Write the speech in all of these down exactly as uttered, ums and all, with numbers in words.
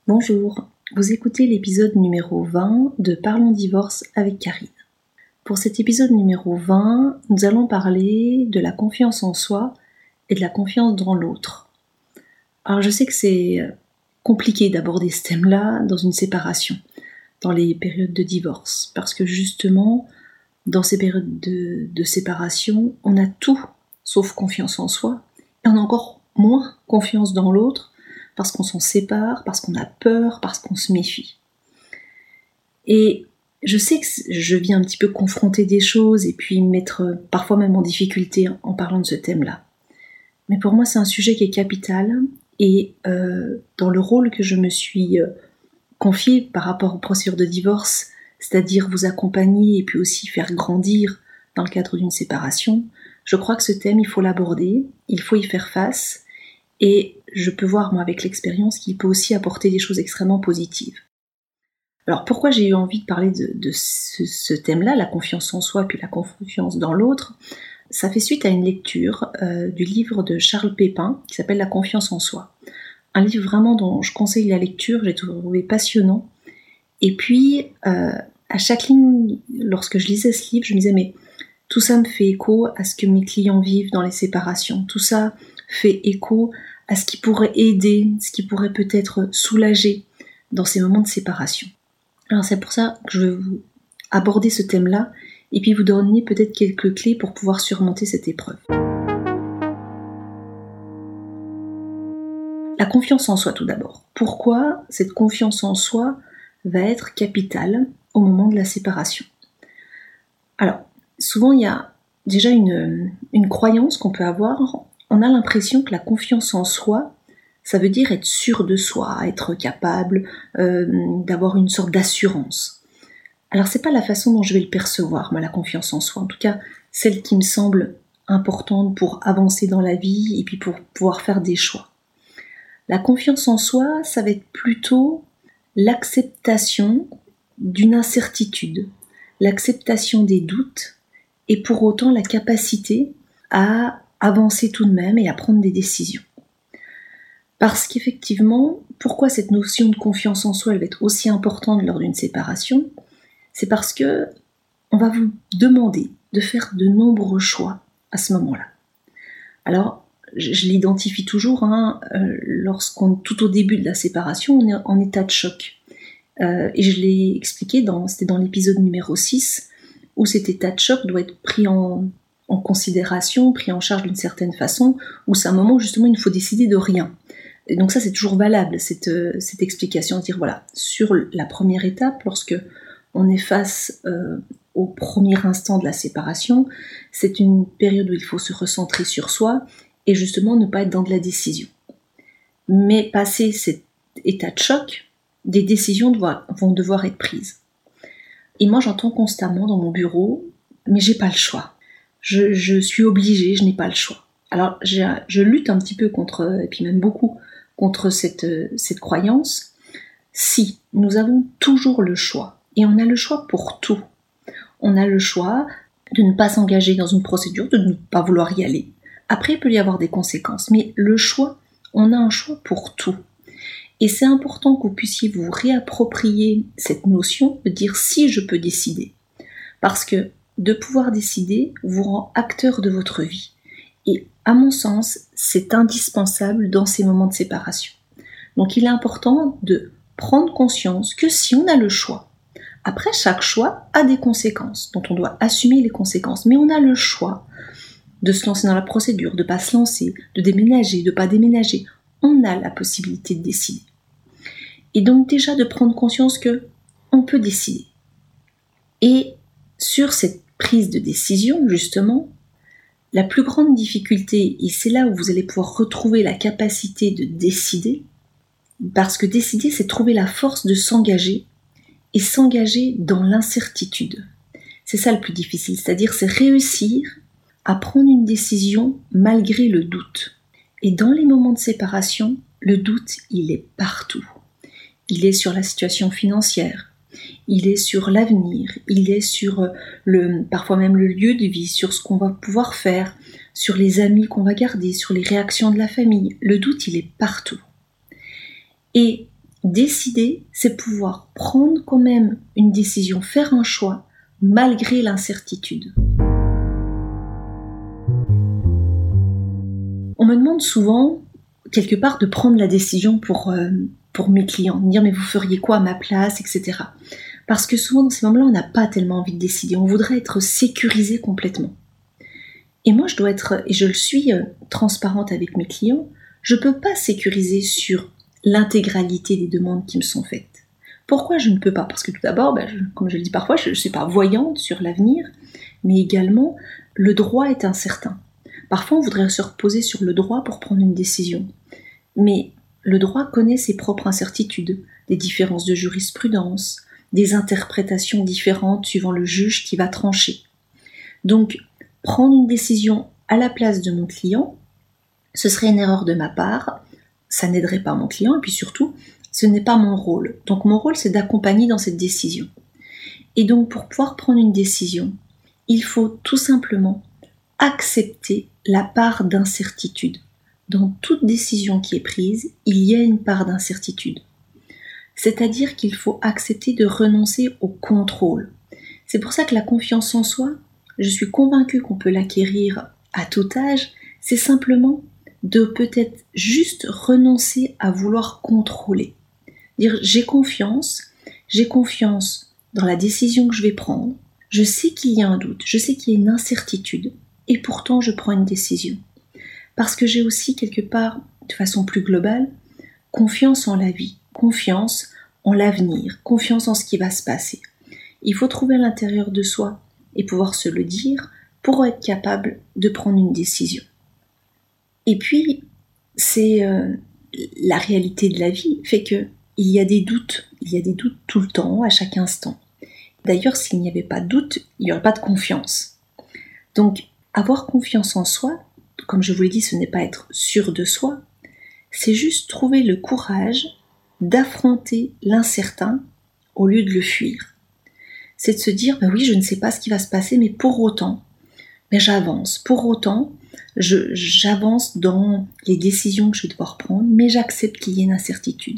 Bonjour, vous écoutez l'épisode numéro vingt de Parlons divorce avec Karine. Pour cet épisode numéro vingt, nous allons parler de la confiance en soi et de la confiance dans l'autre. Alors je sais que c'est compliqué d'aborder ce thème-là dans une séparation, dans les périodes de divorce, parce que justement, dans ces périodes de, de séparation, on a tout sauf confiance en soi, et on a encore moins confiance dans l'autre, parce qu'on s'en sépare, parce qu'on a peur, parce qu'on se méfie. Et je sais que je viens un petit peu confronter des choses et puis me mettre parfois même en difficulté en parlant de ce thème-là. Mais pour moi, c'est un sujet qui est capital et euh, dans le rôle que je me suis euh, confié par rapport aux procédures de divorce, c'est-à-dire vous accompagner et puis aussi faire grandir dans le cadre d'une séparation, je crois que ce thème, il faut l'aborder, il faut y faire face. Et je peux voir, moi, avec l'expérience, qu'il peut aussi apporter des choses extrêmement positives. Alors, pourquoi j'ai eu envie de parler de, de ce, ce thème-là, la confiance en soi, puis la confiance dans l'autre? Ça fait suite à une lecture euh, du livre de Charles Pépin, qui s'appelle La confiance en soi. Un livre vraiment dont je conseille la lecture, j'ai trouvé passionnant. Et puis, euh, à chaque ligne, lorsque je lisais ce livre, je me disais, mais tout ça me fait écho à ce que mes clients vivent dans les séparations. Tout ça fait écho à ce qui pourrait aider, ce qui pourrait peut-être soulager dans ces moments de séparation. Alors c'est pour ça que je veux vous aborder ce thème-là et puis vous donner peut-être quelques clés pour pouvoir surmonter cette épreuve. La confiance en soi tout d'abord. Pourquoi cette confiance en soi va être capitale au moment de la séparation? Alors, souvent il y a déjà une, une croyance qu'on peut avoir. On a l'impression que la confiance en soi, ça veut dire être sûr de soi, être capable euh, d'avoir une sorte d'assurance. Alors c'est pas la façon dont je vais le percevoir, moi, la confiance en soi, en tout cas celle qui me semble importante pour avancer dans la vie et puis pour pouvoir faire des choix. La confiance en soi, ça va être plutôt l'acceptation d'une incertitude, l'acceptation des doutes et pour autant la capacité à avancer tout de même et à prendre des décisions. Parce qu'effectivement, pourquoi cette notion de confiance en soi elle va être aussi importante lors d'une séparation? C'est parce que on va vous demander de faire de nombreux choix à ce moment-là. Alors, je, je l'identifie toujours, hein, euh, lorsqu'on, tout au début de la séparation, on est en état de choc. Euh, et je l'ai expliqué, dans, c'était dans l'épisode numéro six, où cet état de choc doit être pris en en considération, pris en charge d'une certaine façon, où c'est un moment où justement il ne faut décider de rien. Et donc ça c'est toujours valable, cette, cette explication, de dire voilà, sur la première étape, lorsque on est face euh, au premier instant de la séparation, c'est une période où il faut se recentrer sur soi et justement ne pas être dans de la décision. Mais passé cet état de choc, des décisions doivent, vont devoir être prises. Et moi j'entends constamment dans mon bureau, mais j'ai pas le choix. Je, je suis obligée, je n'ai pas le choix. Alors, je, je lutte un petit peu contre, et puis même beaucoup, contre cette, cette croyance. Si nous avons toujours le choix, et on a le choix pour tout, on a le choix de ne pas s'engager dans une procédure, de ne pas vouloir y aller. Après, il peut y avoir des conséquences, mais le choix, on a un choix pour tout. Et c'est important que vous puissiez vous réapproprier cette notion de dire si je peux décider. Parce que de pouvoir décider vous rend acteur de votre vie. Et à mon sens, c'est indispensable dans ces moments de séparation. Donc il est important de prendre conscience que si on a le choix, après chaque choix a des conséquences, dont on doit assumer les conséquences, mais on a le choix de se lancer dans la procédure, de ne pas se lancer, de déménager, de ne pas déménager. On a la possibilité de décider. Et donc déjà de prendre conscience que on peut décider. Et sur cette prise de décision, justement, la plus grande difficulté, et c'est là où vous allez pouvoir retrouver la capacité de décider, parce que décider, c'est trouver la force de s'engager, et s'engager dans l'incertitude. C'est ça le plus difficile, c'est-à-dire c'est réussir à prendre une décision malgré le doute. Et dans les moments de séparation, le doute, il est partout. Il est sur la situation financière, il est sur l'avenir, il est sur le, parfois même le lieu de vie, sur ce qu'on va pouvoir faire, sur les amis qu'on va garder, sur les réactions de la famille. Le doute, il est partout. Et décider, c'est pouvoir prendre quand même une décision, faire un choix, malgré l'incertitude. On me demande souvent, quelque part, de prendre la décision pour, euh, pour mes clients, de me dire mais vous feriez quoi à ma place, et cetera. Parce que souvent dans ces moments-là, on n'a pas tellement envie de décider, on voudrait être sécurisé complètement. Et moi, je dois être, et je le suis, euh, transparente avec mes clients, je ne peux pas sécuriser sur l'intégralité des demandes qui me sont faites. Pourquoi je ne peux pas ? Parce que tout d'abord, ben, je, comme je le dis parfois, je ne suis pas voyante sur l'avenir, mais également, le droit est incertain. Parfois, on voudrait se reposer sur le droit pour prendre une décision. Mais le droit connaît ses propres incertitudes, des différences de jurisprudence, des interprétations différentes suivant le juge qui va trancher. Donc, prendre une décision à la place de mon client, ce serait une erreur de ma part, ça n'aiderait pas mon client, et puis surtout, ce n'est pas mon rôle. Donc mon rôle, c'est d'accompagner dans cette décision. Et donc pour pouvoir prendre une décision, il faut tout simplement accepter la part d'incertitude. Dans toute décision qui est prise, il y a une part d'incertitude. C'est-à-dire qu'il faut accepter de renoncer au contrôle. C'est pour ça que la confiance en soi, je suis convaincue qu'on peut l'acquérir à tout âge, c'est simplement de peut-être juste renoncer à vouloir contrôler. Dire j'ai confiance, j'ai confiance dans la décision que je vais prendre, je sais qu'il y a un doute, je sais qu'il y a une incertitude, et pourtant je prends une décision. Parce que j'ai aussi quelque part, de façon plus globale, confiance en la vie, confiance en l'avenir, confiance en ce qui va se passer. Il faut trouver à l'intérieur de soi et pouvoir se le dire pour être capable de prendre une décision. Et puis, c'est euh, la réalité de la vie fait que il y a des doutes, il y a des doutes tout le temps, à chaque instant. D'ailleurs, s'il n'y avait pas de doute, il n'y aurait pas de confiance. Donc, avoir confiance en soi, comme je vous l'ai dit, ce n'est pas être sûr de soi, c'est juste trouver le courage d'affronter l'incertain au lieu de le fuir. C'est de se dire, ben oui, je ne sais pas ce qui va se passer, mais pour autant, ben j'avance. Pour autant, je, j'avance dans les décisions que je vais devoir prendre, mais j'accepte qu'il y ait une incertitude.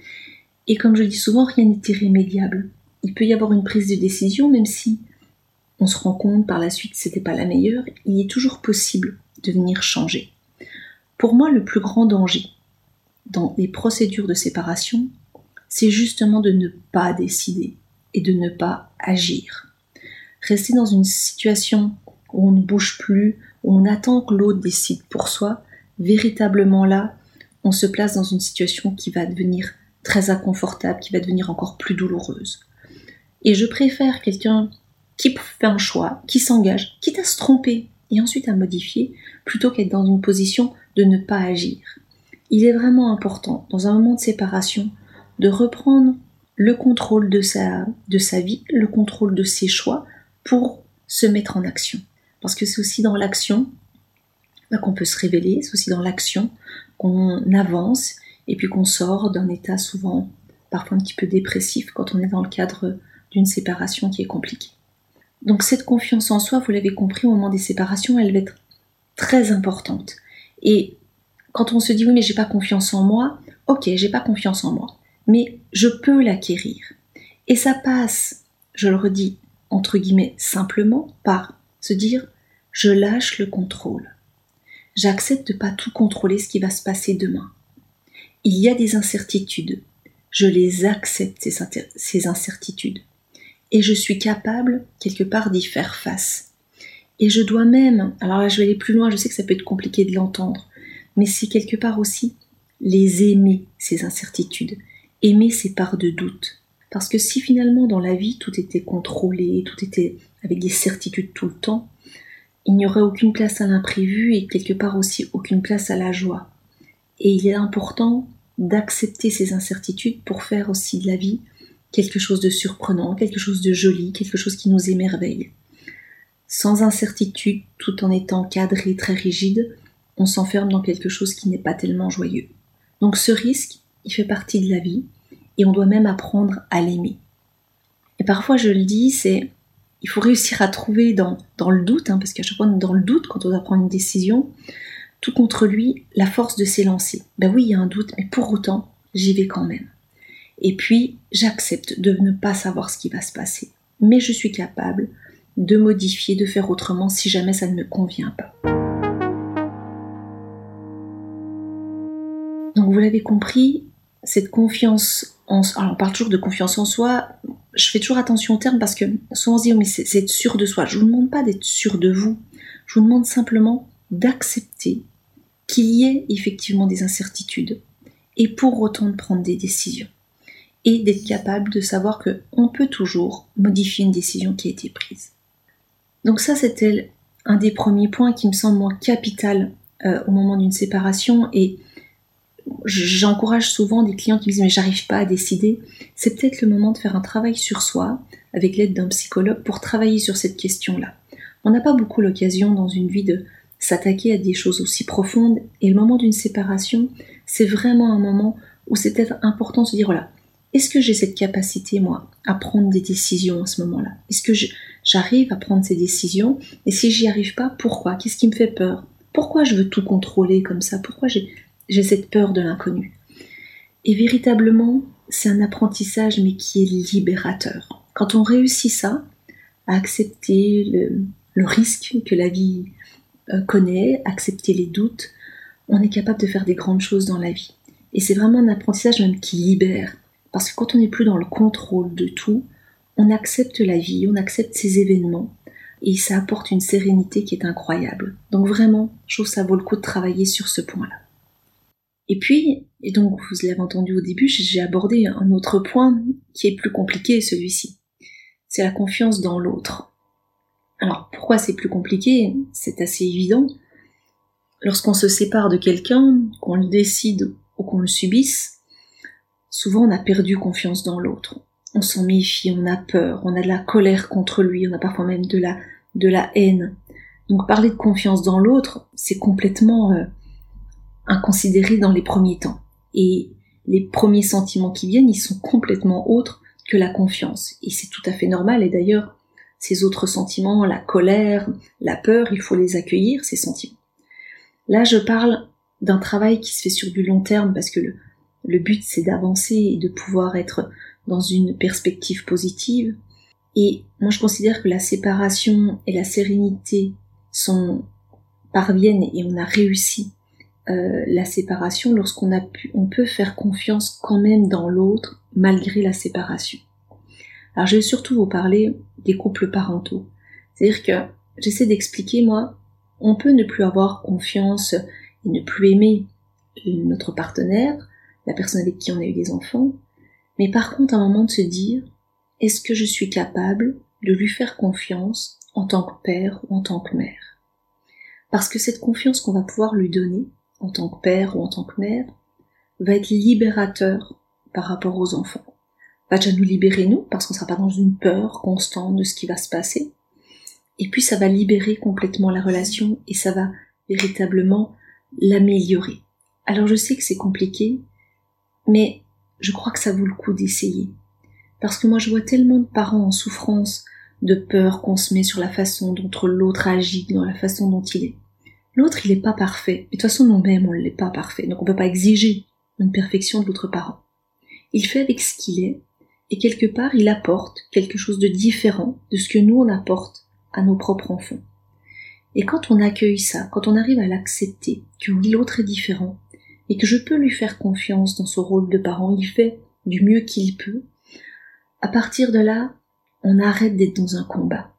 Et comme je le dis souvent, rien n'est irrémédiable. Il peut y avoir une prise de décision, même si on se rend compte par la suite que ce n'était pas la meilleure, il est toujours possible de venir changer. Pour moi, le plus grand danger dans les procédures de séparation, c'est justement de ne pas décider et de ne pas agir. Rester dans une situation où on ne bouge plus, où on attend que l'autre décide pour soi, véritablement là, on se place dans une situation qui va devenir très inconfortable, qui va devenir encore plus douloureuse. Et je préfère quelqu'un qui fait un choix, qui s'engage, quitte à se tromper et ensuite à modifier, plutôt qu'être dans une position de ne pas agir. Il est vraiment important, dans un moment de séparation, de reprendre le contrôle de sa, de sa vie, le contrôle de ses choix, pour se mettre en action. Parce que c'est aussi dans l'action bah, qu'on peut se révéler, c'est aussi dans l'action qu'on avance, et puis qu'on sort d'un état souvent, parfois un petit peu dépressif, quand on est dans le cadre d'une séparation qui est compliquée. Donc cette confiance en soi, vous l'avez compris, au moment des séparations, elle va être très importante. Et quand on se dit, oui, mais j'ai pas confiance en moi, ok, j'ai pas confiance en moi, mais je peux l'acquérir. Et ça passe, je le redis, entre guillemets, simplement par se dire, je lâche le contrôle. J'accepte de pas tout contrôler ce qui va se passer demain. Il y a des incertitudes. Je les accepte, ces, inter- ces incertitudes. Et je suis capable, quelque part, d'y faire face. Et je dois même, alors là je vais aller plus loin, je sais que ça peut être compliqué de l'entendre, mais c'est quelque part aussi les aimer, ces incertitudes. Aimer ces parts de doute. Parce que si finalement dans la vie tout était contrôlé, tout était avec des certitudes tout le temps, il n'y aurait aucune place à l'imprévu et quelque part aussi aucune place à la joie. Et il est important d'accepter ces incertitudes pour faire aussi de la vie quelque chose de surprenant, quelque chose de joli, quelque chose qui nous émerveille. Sans incertitude, tout en étant cadré, très rigide, on s'enferme dans quelque chose qui n'est pas tellement joyeux. Donc ce risque, il fait partie de la vie et on doit même apprendre à l'aimer. Et parfois, je le dis, c'est il faut réussir à trouver dans, dans le doute, hein, parce qu'à chaque fois, dans le doute, quand on doit prendre une décision, tout contre lui, la force de s'élancer. Ben oui, il y a un doute, mais pour autant, j'y vais quand même. Et puis, j'accepte de ne pas savoir ce qui va se passer. Mais je suis capable de modifier, de faire autrement si jamais ça ne me convient pas. Donc vous l'avez compris, cette confiance en soi, alors on parle toujours de confiance en soi, je fais toujours attention au terme parce que souvent on se dit oh, mais c'est, c'est être sûr de soi. Je ne vous demande pas d'être sûr de vous, je vous demande simplement d'accepter qu'il y ait effectivement des incertitudes et pour autant de prendre des décisions et d'être capable de savoir qu'on peut toujours modifier une décision qui a été prise. Donc ça c'était un des premiers points qui me semble moi capital euh, au moment d'une séparation et j'encourage souvent des clients qui me disent mais j'arrive pas à décider. C'est peut-être le moment de faire un travail sur soi avec l'aide d'un psychologue pour travailler sur cette question-là. On n'a pas beaucoup l'occasion dans une vie de s'attaquer à des choses aussi profondes et le moment d'une séparation, c'est vraiment un moment où c'est peut-être important de se dire voilà, est-ce que j'ai cette capacité moi à prendre des décisions à ce moment-là ? Est-ce que je, j'arrive à prendre ces décisions ? Et si j'y arrive pas, pourquoi ? Qu'est-ce qui me fait peur ? Pourquoi je veux tout contrôler comme ça ? Pourquoi j'ai J'ai cette peur de l'inconnu. Et véritablement, c'est un apprentissage, mais qui est libérateur. Quand on réussit ça, à accepter le, le risque que la vie euh, connaît, accepter les doutes, on est capable de faire des grandes choses dans la vie. Et c'est vraiment un apprentissage même qui libère. Parce que quand on n'est plus dans le contrôle de tout, on accepte la vie, on accepte ces événements, et ça apporte une sérénité qui est incroyable. Donc vraiment, je trouve que ça vaut le coup de travailler sur ce point-là. Et puis, et donc vous l'avez entendu au début, j'ai abordé un autre point qui est plus compliqué, celui-ci. C'est la confiance dans l'autre. Alors pourquoi c'est plus compliqué ? C'est assez évident. Lorsqu'on se sépare de quelqu'un, qu'on le décide ou qu'on le subisse, souvent on a perdu confiance dans l'autre. On s'en méfie, on a peur, on a de la colère contre lui, on a parfois même de la, de la haine. Donc parler de confiance dans l'autre, c'est complètement euh, inconsidéré dans les premiers temps. Et les premiers sentiments qui viennent, ils sont complètement autres que la confiance. Et c'est tout à fait normal. Et d'ailleurs, ces autres sentiments, la colère, la peur, il faut les accueillir, ces sentiments. Là, je parle d'un travail qui se fait sur du long terme parce que le, le but, c'est d'avancer et de pouvoir être dans une perspective positive. Et moi, je considère que la séparation et la sérénité sont, parviennent et on a réussi Euh, la séparation lorsqu'on a pu, on peut faire confiance quand même dans l'autre malgré la séparation. Alors je vais surtout vous parler des couples parentaux. C'est-à-dire que j'essaie d'expliquer moi, on peut ne plus avoir confiance et ne plus aimer notre partenaire, la personne avec qui on a eu des enfants, mais par contre à un moment de se dire, est-ce que je suis capable de lui faire confiance en tant que père ou en tant que mère ? Parce que cette confiance qu'on va pouvoir lui donner en tant que père ou en tant que mère, va être libérateur par rapport aux enfants. Va déjà nous libérer nous, parce qu'on ne sera pas dans une peur constante de ce qui va se passer. Et puis ça va libérer complètement la relation et ça va véritablement l'améliorer. Alors je sais que c'est compliqué, mais je crois que ça vaut le coup d'essayer. Parce que moi je vois tellement de parents en souffrance de peur qu'on se met sur la façon dont l'autre agit, dans la façon dont il est. L'autre, il n'est pas parfait. Et de toute façon, nous-mêmes, on ne l'est pas parfait. Donc on ne peut pas exiger une perfection de l'autre parent. Il fait avec ce qu'il est, et quelque part, il apporte quelque chose de différent de ce que nous, on apporte à nos propres enfants. Et quand on accueille ça, quand on arrive à l'accepter, que oui, l'autre est différent, et que je peux lui faire confiance dans son rôle de parent, il fait du mieux qu'il peut, à partir de là, on arrête d'être dans un combat.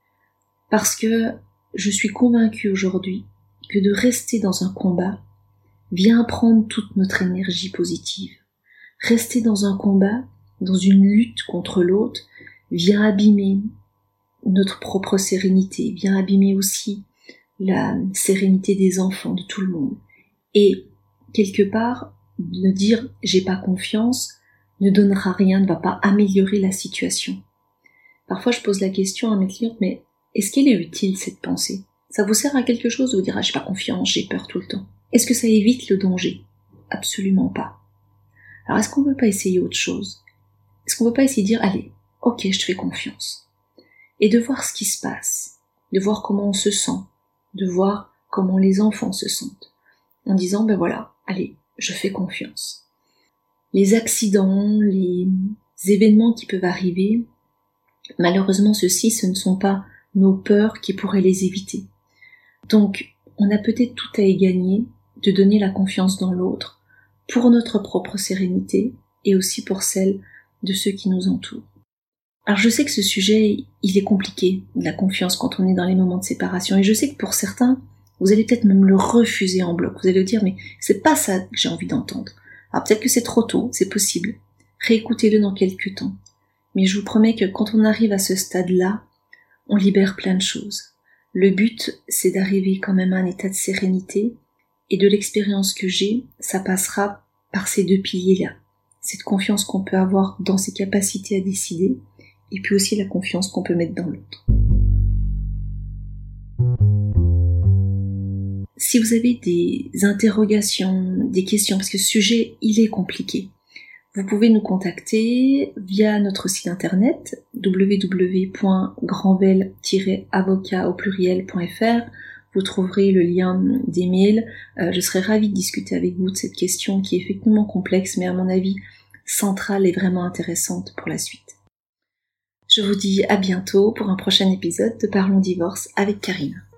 Parce que je suis convaincue aujourd'hui que de rester dans un combat vient prendre toute notre énergie positive. Rester dans un combat, dans une lutte contre l'autre, vient abîmer notre propre sérénité, vient abîmer aussi la sérénité des enfants, de tout le monde. Et quelque part, de dire « j'ai pas confiance » ne donnera rien, ne va pas améliorer la situation. Parfois, je pose la question à mes clientes, mais est-ce qu'elle est utile cette pensée ? Ça vous sert à quelque chose de vous dire « ah, j'ai pas confiance, j'ai peur tout le temps ». Est-ce que ça évite le danger ? Absolument pas. Alors est-ce qu'on ne peut pas essayer autre chose ? Est-ce qu'on ne peut pas essayer de dire « allez, ok, je te fais confiance ». Et de voir ce qui se passe, de voir comment on se sent, de voir comment les enfants se sentent, en disant « ben voilà, allez, je fais confiance ». les accidents, les événements qui peuvent arriver, malheureusement ceux-ci, ce ne sont pas nos peurs qui pourraient les éviter. Donc, on a peut-être tout à y gagner de donner la confiance dans l'autre, pour notre propre sérénité et aussi pour celle de ceux qui nous entourent. Alors je sais que ce sujet, il est compliqué, de la confiance quand on est dans les moments de séparation, et je sais que pour certains, vous allez peut-être même le refuser en bloc, vous allez dire mais c'est pas ça que j'ai envie d'entendre. Alors peut-être que c'est trop tôt, c'est possible, réécoutez-le dans quelques temps, mais je vous promets que quand on arrive à ce stade-là, on libère plein de choses. Le but, c'est d'arriver quand même à un état de sérénité, et de l'expérience que j'ai, ça passera par ces deux piliers-là. Cette confiance qu'on peut avoir dans ses capacités à décider, et puis aussi la confiance qu'on peut mettre dans l'autre. Si vous avez des interrogations, des questions, parce que ce sujet, il est compliqué, vous pouvez nous contacter via notre site internet w w w point grandvel tiret avocat au pluriel point f r. Vous trouverez le lien des mails. Euh, je serai ravie de discuter avec vous de cette question qui est effectivement complexe, mais à mon avis centrale et vraiment intéressante pour la suite. Je vous dis à bientôt pour un prochain épisode de Parlons Divorce avec Karine.